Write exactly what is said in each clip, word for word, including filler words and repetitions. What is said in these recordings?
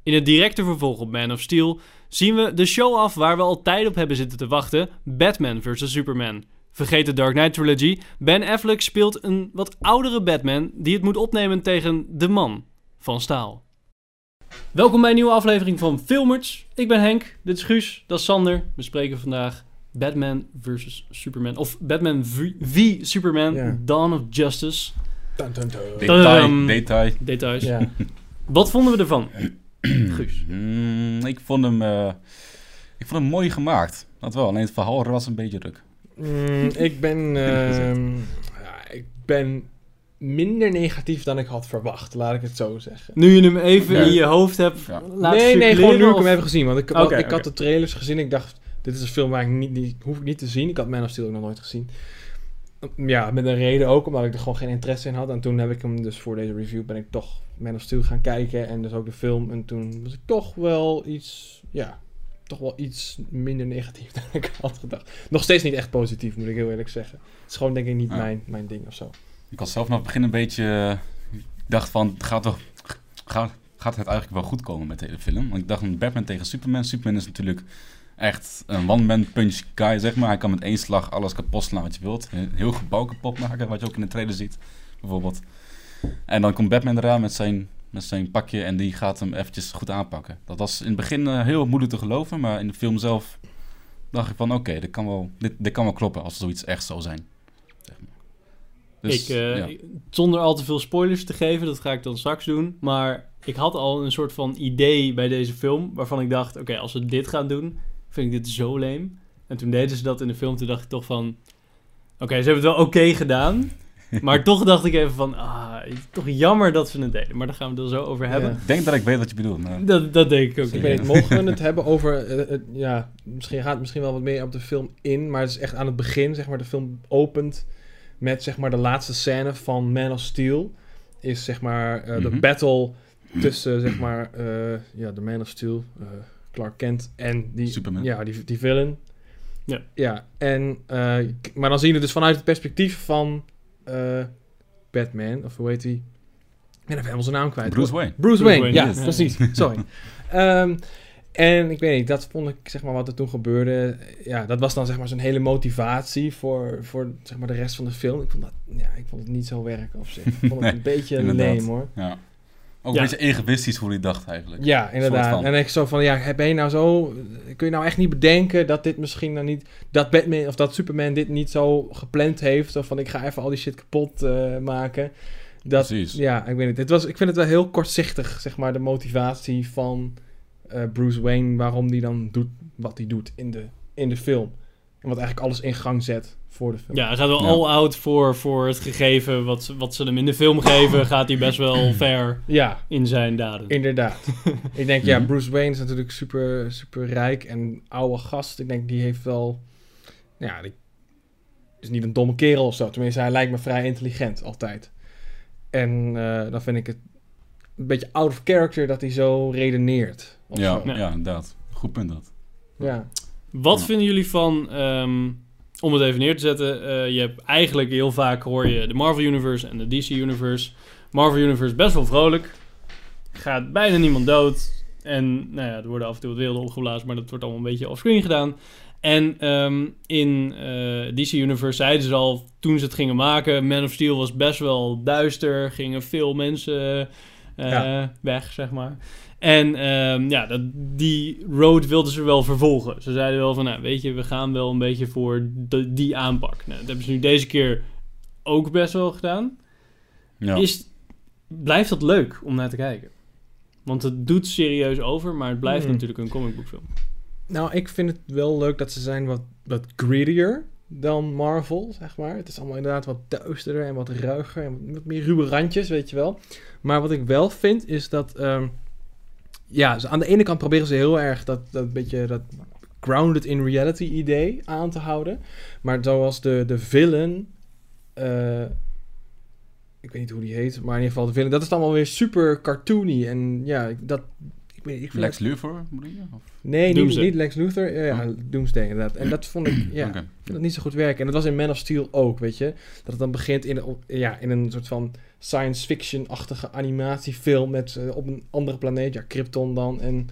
In het directe vervolg op Man of Steel zien we de show af waar we al tijd op hebben zitten te wachten. Batman versus Superman. Vergeet de Dark Knight Trilogy. Ben Affleck speelt een wat oudere Batman die het moet opnemen tegen de man van staal. Welkom bij een nieuwe aflevering van Filmers. Ik ben Henk, dit is Guus, dat is Sander. We spreken vandaag Batman versus Superman. Of Batman v, v Superman, yeah. Dawn of Justice. Dun, dun, dun. Detail, um, detail. Details. Ja. Wat vonden we ervan, Guus? Mm, ik, vond hem, uh, ik vond hem mooi gemaakt. Dat wel, alleen het verhaal was een beetje druk. Mm, ik ben... Uh, ja, ik ben minder negatief dan ik had verwacht, laat ik het zo zeggen. Nu je hem even Ja. in je hoofd hebt Ja. laten Nee, nee, gewoon nu ik of... hem heb gezien. Want ik, Okay, want ik okay. had de trailers gezien. Ik dacht, dit is een film waar ik niet, die hoef ik niet te zien. Ik had Man of Steel ook nog nooit gezien. Ja, met een reden ook, omdat ik er gewoon geen interesse in had. En toen heb ik hem dus voor deze review ben ik toch Man of Steel gaan kijken. En dus ook de film. En toen was ik toch wel iets, ja, toch wel iets minder negatief dan ik had gedacht. Nog steeds niet echt positief, moet ik heel eerlijk zeggen. Het is gewoon denk ik niet Ja. mijn, mijn ding of zo. Ik had zelf nog het begin een beetje... Ik dacht van, gaat, toch, gaat, gaat het eigenlijk wel goed komen met de hele film? Want ik dacht, Batman tegen Superman. Superman is natuurlijk echt een one-man punch guy, zeg maar. Hij kan met één slag alles kapot slaan wat je wilt. Een heel gebouw kapot maken, wat je ook in de trailer ziet, bijvoorbeeld. En dan komt Batman eraan met zijn, met zijn pakje en die gaat hem eventjes goed aanpakken. Dat was in het begin uh, heel moeilijk te geloven, maar in de film zelf dacht ik van, oké, okay, dit kan wel, dit, dit kan wel kloppen als zoiets echt zou zijn. Zeg maar. Dus, ik, uh, ja. Zonder al te veel spoilers te geven, dat ga ik dan straks doen. Maar ik had al een soort van idee bij deze film, waarvan ik dacht, oké, okay, als we dit gaan doen, vind ik dit zo lame. En toen deden ze dat in de film, toen dacht ik toch van, oké, okay, ze hebben het wel oké okay gedaan. Maar toch dacht ik even van, ah, toch jammer dat ze het deden. Maar daar gaan we het er zo over hebben. Ja. Ik denk dat ik weet wat je bedoelt. Maar... Dat, dat denk ik ook. Dus ik niet. weet niet, mogen we het hebben over... Uh, uh, ja, misschien gaat het misschien wel wat meer op de film in, maar het is echt aan het begin, zeg maar, de film opent met, zeg maar, de laatste scène van Man of Steel. Is, zeg maar, uh, de Mm-hmm. battle tussen, zeg maar, uh, ja, de Man of Steel, uh, Clark Kent en die... Superman. Ja, die, die villain. Ja. Ja, en... Uh, maar dan zie je het dus vanuit het perspectief van uh, Batman, of hoe heet hij? Ik ben even helemaal zijn naam kwijt. Bruce Wayne. Bruce, Bruce Wayne, Wayne, ja, yes. precies. Sorry. um, en ik weet niet, dat vond ik, zeg maar, wat er toen gebeurde. Ja, dat was dan, zeg maar, zo'n hele motivatie voor, voor zeg maar, de rest van de film. Ik vond dat, ja, ik vond het niet zo werken of zo. Ik vond het Nee, een beetje inderdaad. lame, hoor. Ja. Ook Ja. een beetje egoïstisch hoe hij dacht eigenlijk. Ja, inderdaad. van. En ik zo van, ja, ben je nou zo... Kun je nou echt niet bedenken dat dit misschien dan niet... Dat Batman of dat Superman dit niet zo gepland heeft. Of van, ik ga even al die shit kapot uh, maken. Dat, Precies. Ja, ik weet niet. Het was, ik vind het wel heel kortzichtig, zeg maar, de motivatie van uh, Bruce Wayne. Waarom die dan doet wat hij doet in de, in de film. En wat eigenlijk alles in gang zet voor de film. Ja, hij gaat wel Ja. all out voor, voor het gegeven wat, wat ze hem in de film geven. Gaat hij best wel ver Ja, in zijn daden. inderdaad. Ik denk, ja, Mhm. Bruce Wayne is natuurlijk super, super rijk en oude gast. Ik denk, die heeft wel... Ja, die is niet een domme kerel of zo. Tenminste, hij lijkt me vrij intelligent, altijd. En uh, dan vind ik het een beetje out of character dat hij zo redeneert. Of Ja, zo. ja. ja, inderdaad. Goed punt dat. Ja. Wat Ja. vinden jullie van, um, om het even neer te zetten, uh, je hebt eigenlijk heel vaak hoor je de Marvel Universe en de D C Universe. Marvel Universe best wel vrolijk. Gaat bijna niemand dood. En nou ja, er worden af en toe wat werelden opgeblazen, maar dat wordt allemaal een beetje offscreen gedaan. En um, in uh, D C Universe zeiden ze al, toen ze het gingen maken, Man of Steel was best wel duister. Gingen veel mensen uh, Ja. weg, zeg maar. En um, ja, dat, die road wilden ze wel vervolgen. Ze zeiden wel van, nou, weet je, we gaan wel een beetje voor de, die aanpak. Nou, dat hebben ze nu deze keer ook best wel gedaan. Ja. Is, blijft dat leuk om naar te kijken? Want het doet serieus over, maar het blijft Hmm. natuurlijk een comicboekfilm. Nou, ik vind het wel leuk dat ze zijn wat, wat greedier dan Marvel, zeg maar. Het is allemaal inderdaad wat duisterder en wat ruiger en wat meer ruwe randjes, weet je wel. Maar wat ik wel vind, is dat... Um, ja, ze, aan de ene kant proberen ze heel erg dat, dat beetje dat grounded in reality idee aan te houden. Maar zoals de, de villain... Uh, ik weet niet hoe die heet, maar in ieder geval de villain... Dat is allemaal weer super cartoony. En ja, dat... Ik weet niet, ik vind Lex dat- Luthor, bedoel je? Of? Nee, niet, Doomsday. niet Lex Luthor. Ja, ja, Oh. Doomsday inderdaad. En dat vond ik, ja, Oké. ik vind dat niet zo goed werken. En dat was in Man of Steel ook, weet je. Dat het dan begint in, een- ja, in een soort van science fiction-achtige animatiefilm met eh, op een andere planeet, ja, Krypton dan. En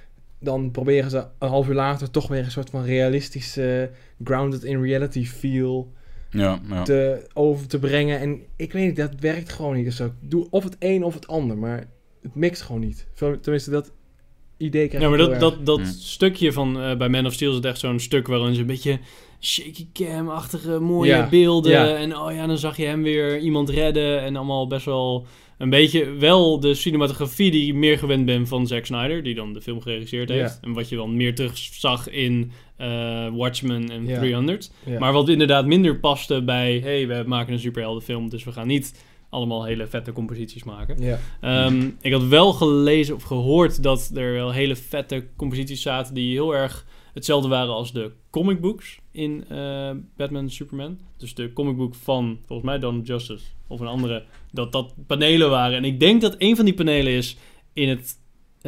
dan proberen ze een half uur later toch weer een soort van realistische, grounded in reality feel Ja, ja. te, over te brengen. En ik weet niet, dat werkt gewoon niet. Dus ik doe of het een of het ander, maar het mixt gewoon niet. Zo- Tenminste, dat idee krijg Ja, maar ik dat, heel erg. dat, dat Mm. stukje van eh, bij Man of Steel is het echt zo'n stuk waarin ze een beetje shaky cam-achtige mooie Ja, beelden. ja. En oh ja, dan zag je hem weer iemand redden. En allemaal best wel een beetje wel de cinematografie die ik meer gewend ben van Zack Snyder, die dan de film geregisseerd heeft. Ja. En wat je dan meer terug zag in eh, Watchmen en Ja. driehonderd. Ja. Maar wat inderdaad minder paste bij, hey, we maken een superheldenfilm, dus we gaan niet allemaal hele vette composities maken. Ja. Ehm, ik had wel gelezen of gehoord dat er wel hele vette composities zaten die heel erg hetzelfde waren als de comic books in eh, Batman en Superman. Dus de comic book van, volgens mij, Dawn of Justice of een andere, dat dat panelen waren. En ik denk dat een van die panelen is in het,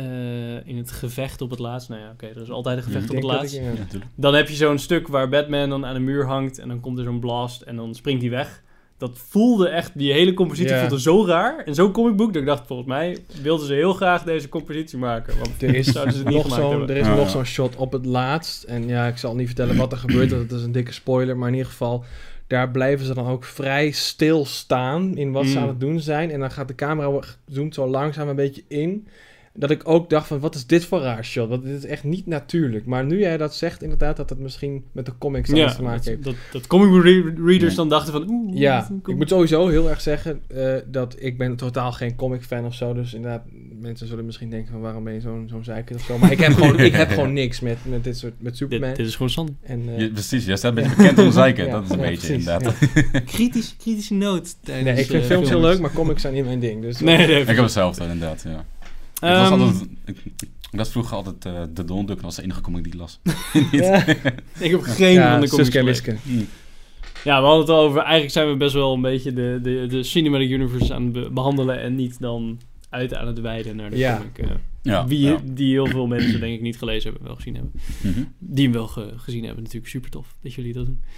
eh, in het gevecht op het laatst. Nou ja, oké, er is altijd een gevecht Ik op het denk dat laatst. ik- ja. Ja, natuurlijk. Dan heb je zo'n stuk waar Batman dan aan de muur hangt en dan komt er zo'n blast en dan springt hij weg. Dat voelde echt, die hele compositie Ja. voelde zo raar. En zo'n comicboek, dat ik dacht, volgens mij wilden ze heel graag deze compositie maken. Want Er is, zouden ze het niet nog gemaakt zo'n, hebben. er is Ja, nog ja. zo'n shot op het laatst. En ja, ik zal niet vertellen wat er gebeurt. want Dat is een dikke spoiler. Maar in ieder geval, daar blijven ze dan ook vrij stilstaan in wat ze Mm. aan het doen zijn. En dan gaat de camera zoomt zo langzaam een beetje in. Dat ik ook dacht van, wat is dit voor raar shot? Want dit is echt niet natuurlijk. Maar nu jij dat zegt, inderdaad, dat het misschien met de comics Ja, iets te maken dat, heeft. dat, dat comic re- readers Ja. dan dachten van, oeh. Ja, dat is een ik comic. moet sowieso heel erg zeggen eh, dat ik ben totaal geen comic fan of zo. Dus inderdaad, mensen zullen misschien denken van waarom ben je zo'n zo'n zeiker of zo. Maar ik heb gewoon, ik heb gewoon niks met, met dit soort, met Superman. Dit, dit is gewoon Sander. En, eh, Je, precies, jij staat een beetje bekend om zeiken. ja, dat is een ja, beetje precies, inderdaad. ja. Kritische, kritische noot. Nee, ik vind eh, films heel leuk, maar comics zijn niet mijn ding. Dus, Nee, nee. Ik heb hetzelfde inderdaad, ja. Ehm, ik was altijd, ik, ik was vroeger altijd uh, de Donald Duck, dat was de enige comic die ik las. Ja, ik heb geen ja, van de comics Suske en gelezen. Wiske. Mm. Ja, we hadden het al over, eigenlijk zijn we best wel een beetje de, de, de cinematic universe aan het be- behandelen en niet dan uit aan het wijden naar de Ja. comic. eh, Ja, wie, ja. Die heel veel mensen denk ik niet gelezen hebben, wel gezien hebben. Mhm. Die hem wel ge- gezien hebben, natuurlijk super tof dat jullie dat doen.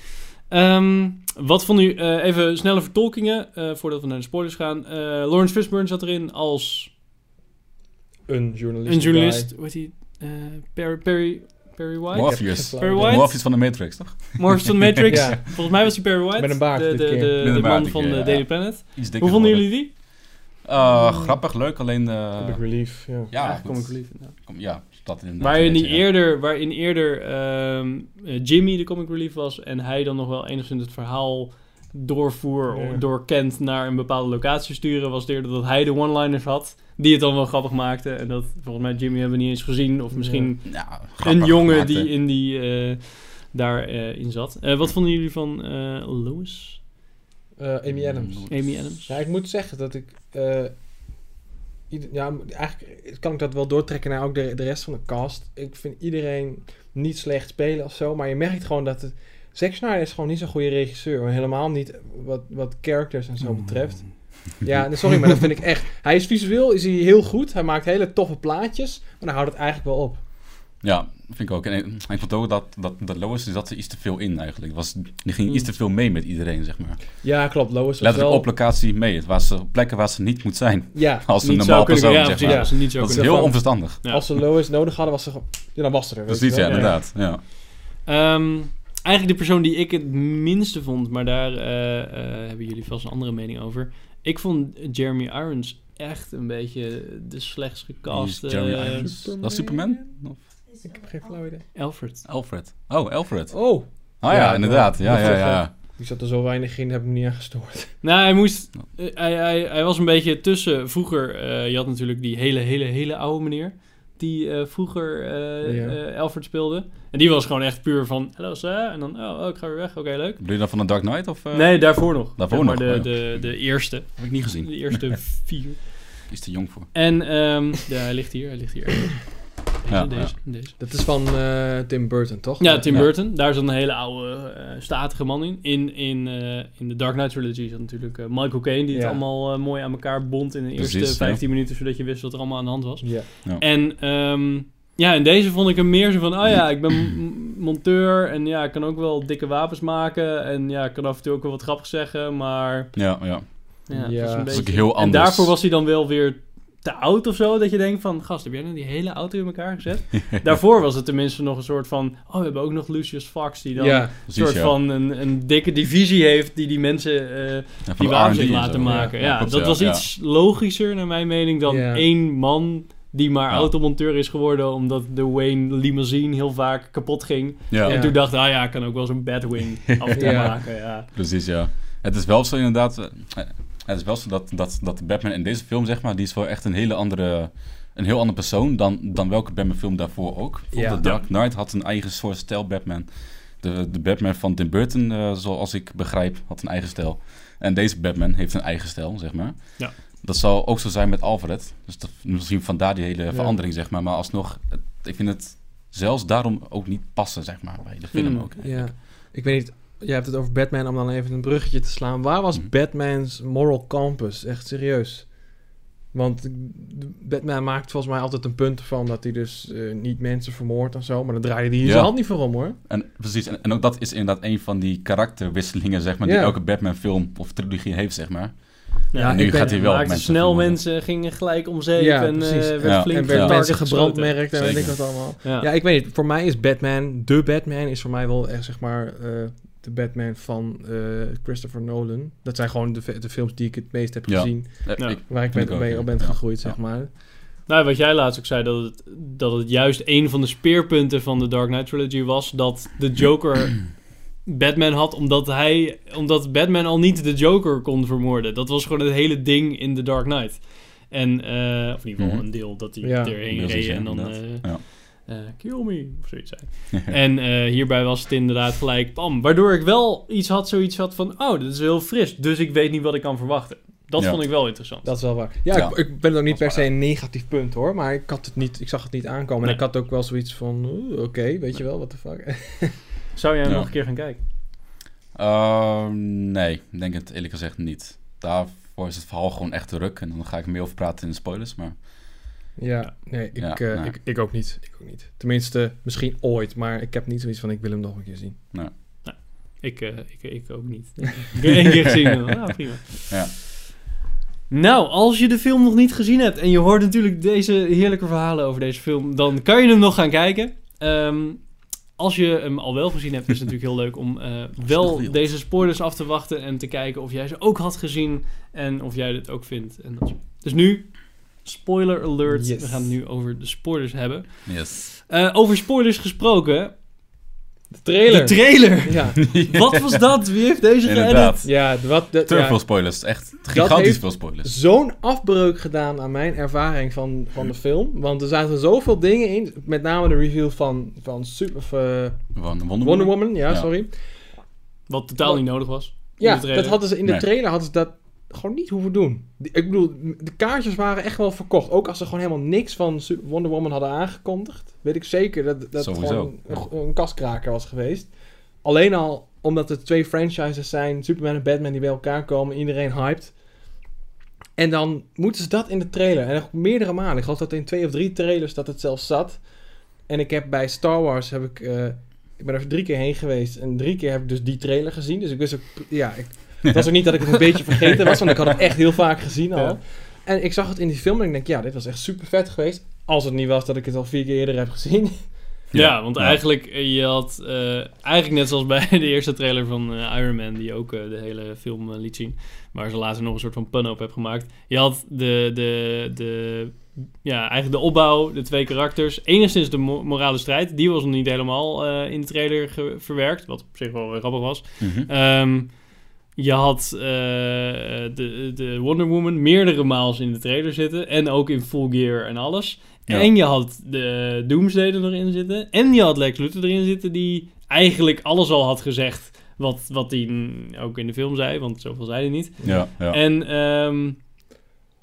Ehm, wat vonden jullie, eh, even snelle vertolkingen, eh, voordat we naar de spoilers gaan. Eh, Lawrence Fishburne zat erin als Een journalist. een journalist, hoe heet hij? Eh, Perry, Perry, Perry White? Morpheus. Perry Perry White? Morpheus van de Matrix, toch? Morpheus van Matrix. Ja. Volgens mij was hij Perry White. Met een baard De, dit de, keer. de, Met een de baard man dit van keer, de ja. Daily Planet. Iets dikker Hoe vonden geworden. jullie die? Uh, grappig, leuk, alleen... Uh, Comic Relief, ja. ja, kom goed. ik lief. inderdaad. Kom, ja, dat inderdaad. Waarin, een die beetje, ja. eerder, waarin eerder ehm, eh, Jimmy de comic relief was en hij dan nog wel enigszins het verhaal doorvoer, Ja. door Kent naar een bepaalde locatie sturen, was het eerder dat hij de one-liners had, die het dan wel grappig maakte. En dat, volgens mij, Jimmy hebben we niet eens gezien, of misschien Ja, een grappig jongen gemaakt, die hè. in die, eh, daar eh, in zat. Eh, wat vonden jullie van eh Lois? Eh, Amy Adams. Amy Adams? Ja, ik moet zeggen dat ik... eh, ieder- ja, eigenlijk kan ik dat wel doortrekken naar ook de, de rest van de cast. Ik vind iedereen niet slecht spelen of zo, maar je merkt gewoon dat het... Zack Snyder is gewoon niet zo'n goede regisseur. Helemaal niet wat, wat characters en zo betreft. Ja, nee, sorry, maar dat vind ik echt... Hij is visueel, is hij heel goed. Hij maakt hele toffe plaatjes, maar dan houdt het eigenlijk wel op. Ja, vind ik ook. En ik ik vond ook dat, dat, dat Lois, die zat er iets te veel in eigenlijk. Was, die ging iets te veel mee met iedereen, zeg maar. Ja, klopt. Lois was Letterlijk wel... op locatie mee. Het was op plekken waar ze niet moet zijn. Ja, Als een Niet normaal zou kunnen, persoon, ja, zeg precies, maar. ja, als ze niet zou Dat is kunnen. heel van- onverstandig. Ja. Als ze Lois nodig hadden, was ze gewoon... Ja, dan was ze er. weet Precies, je ja, wel. inderdaad. Ja. Ehm, eigenlijk de persoon die ik het minste vond, maar daar eh, eh, hebben jullie vast een andere mening over. Ik vond Jeremy Irons echt een beetje de slechtst gecast. Wie is Jeremy eh, Irons? Dat is Superman? Of Ik heb geen flauw idee. Alfred. Alfred? Oh, Alfred. Oh, Oh ja, Ja, inderdaad. Ja, dat ja, was ja. die zat er zo weinig in, heb ik me niet aan gestoord. Nou, hij moest. eh, hij, hij, hij was een beetje tussen. Vroeger, eh, je had natuurlijk die hele, hele, hele oude meneer. Die eh, vroeger eh, Ja. eh, Alfred speelde. En die was gewoon echt puur van. Hallo, sir. En dan. Oh, oh, ik ga weer weg. Oké, leuk. Bedoel je dan van The Dark Knight? Of, uh, Nee, daarvoor nog. Daarvoor Zeg maar nog, De, ja. de, de eerste. heb ik niet gezien. De eerste vier. Die is te jong voor. En. ehm ja, hij ligt hier. Hij ligt hier. Deze, Ja, deze, ja. deze. Dat is van uh, Tim Burton, toch? Ja, Tim Ja. Burton. Daar zat een hele oude, uh, statige man in. In, in, uh, in de Dark Knight Trilogy zat natuurlijk uh, Michael Caine... die het Ja. allemaal uh, mooi aan elkaar bond in de Precies, eerste vijftien ja. minuten... zodat je wist wat er allemaal aan de hand was. Ja. En um, ja, in deze vond ik hem meer zo van... oh ja, ik ben m- monteur en ja, ik kan ook wel dikke wapens maken... en ja, ik kan af en toe ook wel wat grappig zeggen, maar... Ja, ja. Ja, het Ja. was een Dat is beetje... ook heel En anders. daarvoor was hij dan wel weer te oud of zo... dat je denkt van, gast, heb jij nou die hele auto in elkaar gezet? Daarvoor was het tenminste nog een soort van... oh, we hebben ook nog Lucius Fox... die dan Ja. een Precies, soort ja. van een, een dikke divisie heeft... die die mensen uh, Ja, van die de wapens R en D in en laten zo. maken. Ja, Ja, klopt, dat ja, was ja. iets logischer naar mijn mening... dan Ja. één man... die maar Ja. automonteur is geworden... omdat de Wayne limousine heel vaak kapot ging. Ja, En Ja. toen dacht ik, ah ja, ik kan ook wel zo'n Batwing af en toe Ja. maken. Ja. precies, ja. Het is wel zo inderdaad... eh, het is wel zo dat, dat, dat de Batman in deze film, zeg maar... die is wel echt een hele andere... een heel andere persoon dan, dan welke Batman-film daarvoor ook. Ja. De Dark Knight had een eigen soort stijl Batman. De, de Batman van Tim Burton, uh, zoals ik begrijp, had een eigen stijl. En deze Batman heeft een eigen stijl, zeg maar. Ja. Dat zal ook zo zijn met Alfred. Dus dat, misschien vandaar die hele Ja. verandering, zeg maar. Maar alsnog, het, ik vind het zelfs daarom ook niet passen, zeg maar, bij de film Mm. ook. Ja. Ik weet niet, jij hebt het over Batman, om dan even een bruggetje te slaan. Waar was Mhm. Batman's moral compass? Echt serieus. Want Batman maakt volgens mij altijd een punt ervan... dat hij dus uh, niet mensen vermoordt en zo. Maar dan draaide hij hier Ja. zijn hand niet voor om, hoor. En precies, en, en ook dat is inderdaad een van die karakterwisselingen, zeg maar, Ja. die elke Batman-film of trilogie heeft, zeg maar. Ja, en nu ik ben- gaat hij wel maakte mensen snel vermoorden. mensen, gingen gelijk om zeep Ja, en uh, precies. werd Ja. flink En werden Ja. mensen geschoten. gebrandmerkt en weet ik Zeker. wat allemaal. Ja. Ja, ik weet niet. Voor mij is Batman, de Batman, is voor mij wel echt, zeg maar, uh, de Batman van uh, Christopher Nolan. Dat zijn gewoon de, de films die ik het meest heb Ja. gezien. Eh, Ja. ik- Waar ik Vind ben, ik ook, mee ja. op ben Ja. gegroeid, zeg Ja. maar. Nou, wat jij laatst ook zei, dat het, dat het juist een van de speerpunten van de Dark Knight Trilogy was... dat de Joker Batman had, omdat hij... omdat Batman al niet de Joker kon vermoorden. Dat was gewoon het hele ding in The Dark Knight. En, uh, of in ieder geval Mhm. een deel dat hij Ja. erheen Precies, reed ja, en dan... inderdaad. Uh, Ja. uh, kill me, of zoiets zei. En uh, hierbij was het inderdaad gelijk, bam. Waardoor ik wel iets had, zoiets had van... oh, dit is heel fris, dus ik weet niet wat ik kan verwachten. Dat Ja. vond ik wel interessant. Dat is wel waar. Ja, Ja. Ik, ik ben het ook niet Dat is per se waar. een negatief punt, hoor. Maar ik, had het niet, ik zag het niet aankomen. Nee. En ik had ook wel zoiets van... oeh, oké, okay, weet je wel, what the fuck. Zou jij hem Ja. nog een keer gaan kijken? Uh, nee, ik denk het eerlijk gezegd niet. Daarvoor is het verhaal gewoon echt te ruk. En dan ga ik er meer over praten in de spoilers. Maar Ja, nee, ik, Ja, uh, nee. ik, ik ook niet. Ik ook niet. Tenminste, misschien ooit. Maar ik heb niet zoiets van, ik wil hem nog een keer zien. Ik, uh, ik, ik ook niet. Ik heb één keer gezien. Ah, prima. ja, Nou, als je de film nog niet gezien hebt... en je hoort natuurlijk deze heerlijke verhalen over deze film... dan kan je hem nog gaan kijken. Um, als je hem al wel gezien hebt... is het natuurlijk heel leuk om uh, wel deze spoilers af te wachten... en te kijken of jij ze ook had gezien... en of jij dit ook vindt. En dat dus nu, spoiler alert. Yes. We gaan het nu over de spoilers hebben. yes. Uh, over spoilers gesproken... De trailer. De trailer! Ja, Wat was dat? Wie heeft deze Inderdaad. geëdit? ja, de- wat, de, Te ja, veel spoilers. Echt gigantisch heeft- veel spoilers. zo'n afbreuk gedaan aan mijn ervaring van, van de film. Want er zaten zoveel dingen in. Met name de review van, van Super, of, uh, Van Wonder Woman. Wonder Woman. Ja, Ja. sorry. Wat totaal Wat- niet nodig was. in Ja, de trailer. dat hadden ze in de Nee. trailer hadden ze dat gewoon niet hoeven doen. Die- Ik bedoel, de kaartjes waren echt wel verkocht. Ook als ze gewoon helemaal niks van Su- Wonder Woman hadden aangekondigd. Weet ik zeker dat dat het Sowieso. gewoon een, een kaskraker was geweest. Alleen al omdat er twee franchises zijn, Superman en Batman, die bij elkaar komen. Iedereen hyped. En dan moeten ze dat in de trailer. En nog meerdere malen. Ik geloof dat in twee of drie trailers dat het zelfs zat. En ik heb bij Star Wars, heb ik, uh, ik ben er drie keer heen geweest. En drie keer heb ik dus die trailer gezien. Dus ik wist ook, ja, ik, het was ook niet dat ik het een beetje vergeten was. Want ik had het echt heel vaak gezien al. Ja. En ik zag het in die film en ik denk, ja, dit was echt super vet geweest. Als het niet was dat ik het al vier keer eerder heb gezien. Ja, Ja, want ja. eigenlijk, eh, je had uh, eigenlijk net zoals bij de eerste trailer van uh, Iron Man, die ook uh, de hele film uh, liet zien, waar ze later nog een soort van pun op hebben gemaakt. Je had de, de, de, ja, eigenlijk de opbouw, de twee karakters, enigszins de mo- morale strijd, die was nog niet helemaal uh, in de trailer ge- verwerkt, wat op zich wel weer grappig was. Mhm. Um, je had uh, de, de Wonder Woman meerdere maals in de trailer zitten. En ook in full gear en alles. Ja. En je had de Doomsday er nog in zitten. En je had Lex Luthor erin zitten die eigenlijk alles al had gezegd wat, wat hij ook in de film zei. Want zoveel zei hij niet. Ja, ja. En um,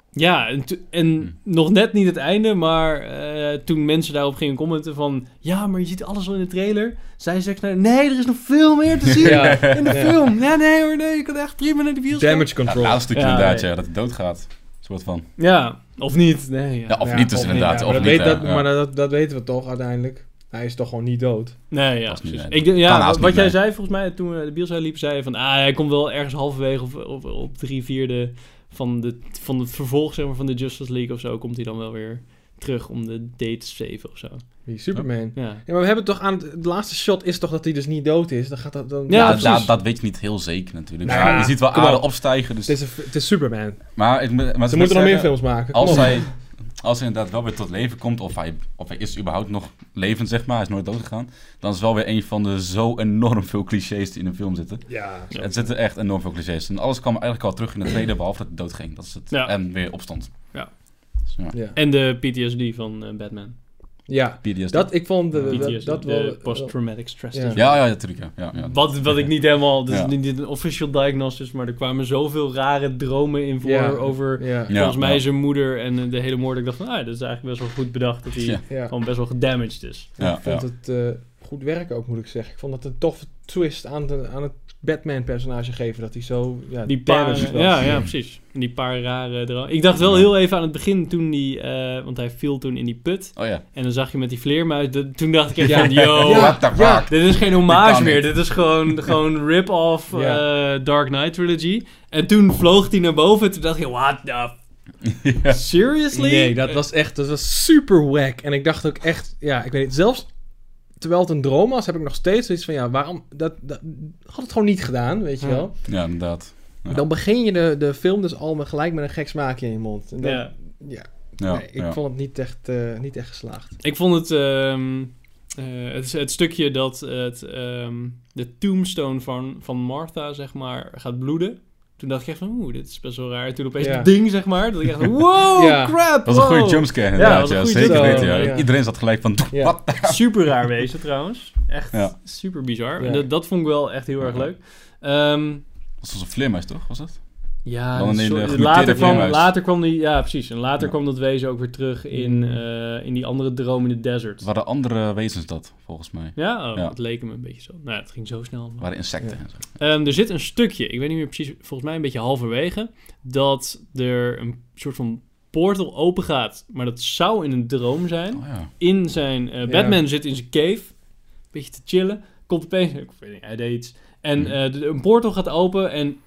Ja, en, to- en Hm. nog net niet het einde, maar eh, toen mensen daarop gingen commenten van... Ja, maar je ziet alles al in de trailer. Zei Zack Snyder, nee, er is nog veel meer te zien Ja. in de Ja. film. Ja, nee hoor, nee, ik kan echt prima naar de bioscoop. Damage Ja, het control. laatste stukje Ja, inderdaad, nee. ja, dat hij doodgaat. Soort van. Ja, of niet. Nee, ja. Ja, of Ja, niet dus of inderdaad. niet, ja, of maar niet, dat, weet, ja, dat, ja. maar dat, dat weten we toch uiteindelijk. Hij is toch gewoon niet dood. Nee, ja, Dat is niet precies. mee. Ik, denk- Kan ja, haast wat niet jij mee. zei volgens mij toen we de bios liepen, zei je van... Ah, hij komt wel ergens halverwege of op, op drie vierde van, de, van het vervolg zeg maar, van de Justice League of zo... komt hij dan wel weer terug om de date te saven of zo. Wie, Superman. Ja, Ja, maar we hebben toch aan het, de laatste shot is toch dat hij dus niet dood is. Dan gaat dat dan. Ja, Ja, precies. dat, dat weet je niet heel zeker natuurlijk. Nou Maar ja, je ziet wel kom op. aarde opstijgen. Dus... Het is, een- het is Superman. Maar, ik, moet- maar Ze ik moeten moet nog meer zeggen, films maken. Kom Als op. hij, als hij inderdaad wel weer tot leven komt, of hij, of hij is überhaupt nog levend, zeg maar, hij is nooit dood gegaan, dan is het wel weer een van de zo enorm veel clichés die in een film zitten. Ja. Ja. Het zitten echt enorm veel clichés. En alles kwam eigenlijk al terug in de tweede, behalve dat hij dood ging. Dat is het. Ja. En weer opstond. Ja. Dus, ja. Ja. en de P T S D van eh, Batman. Ja. P D S D. Dat, ik vond de, P T dat, S D, dat de wel... post-traumatic stress Ja. disorder. Ja, ja, natuurlijk. Ja. Ja, ja. Wat, wat ik niet helemaal... Dat is Ja. niet niet een official diagnosis, maar er kwamen zoveel rare dromen in voor Ja. over... Ja. Ja. Volgens mij ja. zijn moeder en eh, de hele moord. Ik dacht van, ah, dat is eigenlijk best wel goed bedacht dat hij Ja. Ja. gewoon best wel gedamaged is. Ja, ik vond ja. het eh, goed werken ook, moet ik zeggen. Ik vond dat een toffe twist aan, de, aan het Batman-personage geven. Dat hij zo ja, Die paar, damaged was. ja, ja, precies. En die paar rare dromen. Ik dacht wel heel even aan het begin toen die... eh, want hij viel toen in die put. Oh ja. En dan zag je met die vleermuis... de- toen dacht ik echt Ja. van, yo... Ja. What the ja. fuck? Dit is geen Dit hommage kan meer. niet. Dit is gewoon, gewoon rip-off Ja. eh, Dark Knight Trilogy. En toen vloog hij naar boven. En toen dacht je, what the... Ja. Seriously? Nee, dat was echt... Dat was super wack. En ik dacht ook echt... Ja, ik weet niet. Zelfs terwijl het een droom was, heb ik nog steeds zoiets van... Ja, waarom... Dat, dat had het gewoon niet gedaan, weet je Ja. wel. Ja, inderdaad. Ja. Dan begin je de, de film dus al met, gelijk met een gek smaakje in je mond. En dan, Ja. ja. Ja, Nee, ik ja. vond het niet echt, eh, niet echt geslaagd. Ik vond het, ehm, eh, het, het stukje dat het, ehm, de tombstone van, van Martha, zeg maar, gaat bloeden. Toen dacht ik echt van, oeh, dit is best wel raar. En toen opeens Ja. het ding, zeg maar, dat ik echt van, wow, Ja. crap, Dat was een wow. goede jumpscare Ja, inderdaad. dat was Ja, een goede zeker jumpscare. weten. Ja. Ja. Iedereen zat gelijk van, Ja. wat? Super raar wezen trouwens. Echt Ja. super bizar. Ja. En dat, dat vond ik wel echt heel erg Ja. leuk. Ehm, Dat was een vleermuis, toch? Was dat? ja, Dan een een hele soort- gemuteerde later, kwam, vleermuis. later kwam die, ja precies. En later Ja. kwam dat wezen ook weer terug in, eh, in die andere droom in de desert. Het waren andere wezens dat, volgens mij. Ja, oh, Ja. het leek me een beetje zo. Nou ja, het ging zo snel. Het waren insecten Ja. en zo. Ehm, er zit een stukje, ik weet niet meer precies, volgens mij een beetje halverwege, dat er een soort van portal open gaat. Maar dat zou in een droom zijn. Oh ja. In zijn, eh, Batman zit in zijn cave, een beetje te chillen. Komt opeens, ik weet niet, hij deed iets. En Mhm. eh, de- een portal gaat open en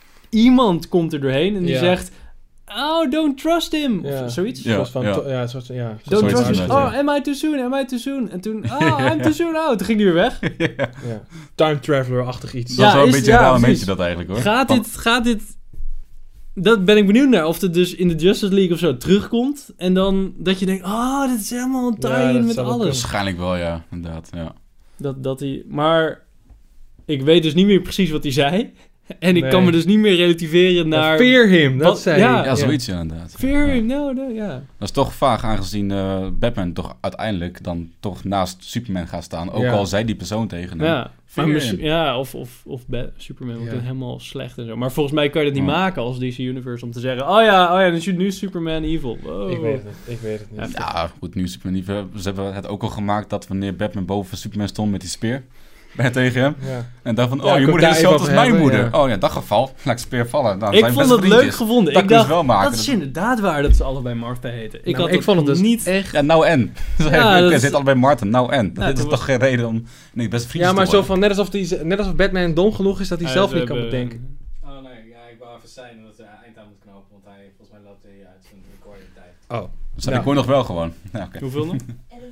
iemand komt er doorheen en die Ja. zegt... Oh, don't trust him. Ja. Of zoiets. Ja. Zoals van, ja. to- ja, soort, ja. Don't Zoiets trust him. inderdaad, Oh, ja. am I too soon? Am I too soon? En toen, oh, I'm too soon. Oh, toen ging hij weer weg. Ja. Time Traveler-achtig iets. Dat was Ja, wel een is- beetje ja, een raar momentje precies. dat eigenlijk, hoor. Gaat Want- dit, gaat dit... Dat ben ik benieuwd naar. Of het dus in de Justice League of zo terugkomt. En dan dat je denkt, oh, dit is helemaal een Ja, tie-in dat met zou wel alles. Waarschijnlijk wel, ja. Inderdaad, ja. Dat, dat hij... Maar ik weet dus niet meer precies wat hij zei. En ik Nee. kan me dus niet meer relativeren naar... Fear him, dat Wat- zei ja. hij. Ja, zoiets ja, inderdaad. Fear Ja. him, no, no, ja. Dat is toch vaag, aangezien eh, Batman toch uiteindelijk dan toch naast Superman gaat staan. Ook Ja. al zei die persoon tegen hem. Ja, Fear maar mis- him. ja of, of, of Ba- Superman wordt Ja. dan helemaal slecht en zo. Maar volgens mij kan je dat niet Ja. maken als D C Universe om te zeggen... Oh ja, oh ja, dan is nu Superman evil. Wow. Ik weet het niet. Ik weet het niet. Ja. Ja, goed, nu Superman niet. Ze hebben het ook al gemaakt dat wanneer Batman boven Superman stond met die speer bij tegen hem. Ja. En dacht van, Ja, oh, ik je ook moeder is daar even hetzelfde als over mijn hebben, moeder. ja. Oh ja, dat geval, laat ik speer vallen. Nou, Ik zijn vond beste het leuk vriendjes. gevonden. Dat ik kunnen dacht, ze wel maken. dat is Dat- inderdaad waar dat ze allebei Martha heten. Ik, Ik, had nou, ik dat vond het dus niet... echt... Ja, nou en. Ja, ik dat ben is- zit allebei Martin, nou en. Nou, Dit is toen toch was- geen reden om niet beste vriendjes Ja, maar te zo worden. van, net alsof, die, net alsof Batman dom genoeg is dat hij Ja, zelf ze niet kan hebben- bedenken. Oh nee, ja, ik wou even zijn dat ze eind aan moet knopen, want hij, volgens mij loopt hij uit zijn recording tijd. Oh. Dus Ja. ik hoor nog wel gewoon. Ja, oké. Hoeveel nog?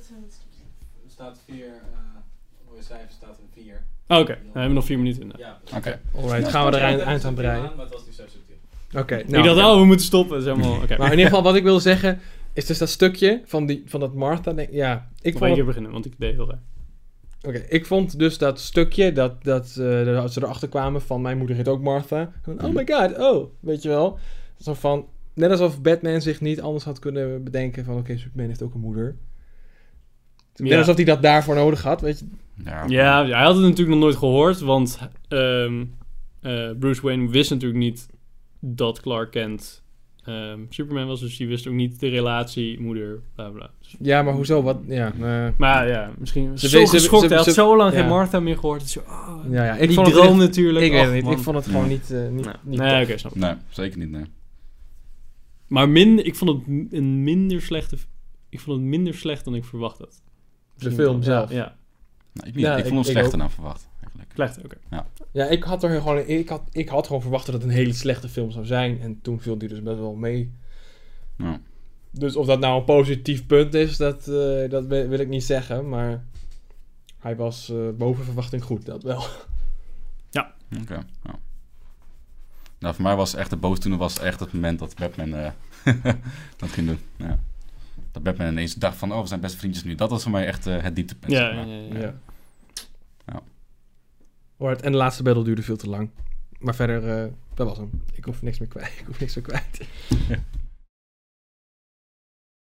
Er staat vier, uh, mooie cijfer staat een vier. Oh, oké, dan hebben we nog vier minuten. inderdaad. Ja, dus Oké. Alright, gaan we er eind, eind aan breien. Maar het was niet zo subtiel. Oké, ik nou, dacht, oké. oh, we moeten stoppen. Dat is helemaal... Oké, Maar in ieder geval, wat ik wil zeggen, is dus dat stukje van, die, van dat Martha... Denk, ja, ik nog vond, één het- keer beginnen, want ik deed heel raar. Oké, ik vond dus dat stukje dat, dat eh, ze erachter kwamen van mijn moeder heet ook Martha. Van, oh my god, oh, weet je wel. Zo van, net alsof Batman zich niet anders had kunnen bedenken van oké, Superman heeft ook een moeder. Net Ja. alsof hij dat daarvoor nodig had, weet je. Ja, Ja, hij had het natuurlijk nog nooit gehoord, want ehm, eh, Bruce Wayne wist natuurlijk niet dat Clark Kent Um, Superman was dus, die wist ook niet de relatie, moeder, bla bla. Dus, Ja, maar hoezo? Wat? Ja, uh, maar ja, misschien Ze zo wees- ze- geschokt. ze- Hij had ze- zo lang ja. geen Martha meer gehoord. Zo, oh, ja, ja. Ik die vond het droom echt- natuurlijk. Ik weet Och, het niet. man. Ik vond het gewoon niet... Uh, niet, Nee, niet nee top. oké, snap ik. Nee, zeker niet, nee. Maar min, ik vond het m- een minder slechte... Ik vond het minder slecht dan ik verwacht had. De film Ja, zelf. Ja, nee ik, niet. Ja, ik ik- vond hem ik slechter ook. dan verwacht, eigenlijk. slecht, oké. Ja, ik had, er gewoon, ik, had, ik had gewoon verwacht dat het een hele slechte film zou zijn. En toen viel die dus best wel mee. Ja. Dus of dat nou een positief punt is, dat, uh, dat wil wil ik niet zeggen. Maar hij was uh, boven verwachting goed, dat wel. Oké, okay, ja. Nou, voor mij was echt de boosdoener was echt het moment dat Batman uh, dat ging doen. Ja. Dat Batman ineens dacht van, oh, we zijn beste vriendjes nu. Dat was voor mij echt uh, het dieptepunt. Ja, zeg maar. ja, ja, ja. Ja. Ja. Alright, en de laatste battle duurde veel te lang. Maar verder, uh, dat was hem. Ik hoef niks meer kwijt. Ik hoef niks meer kwijt.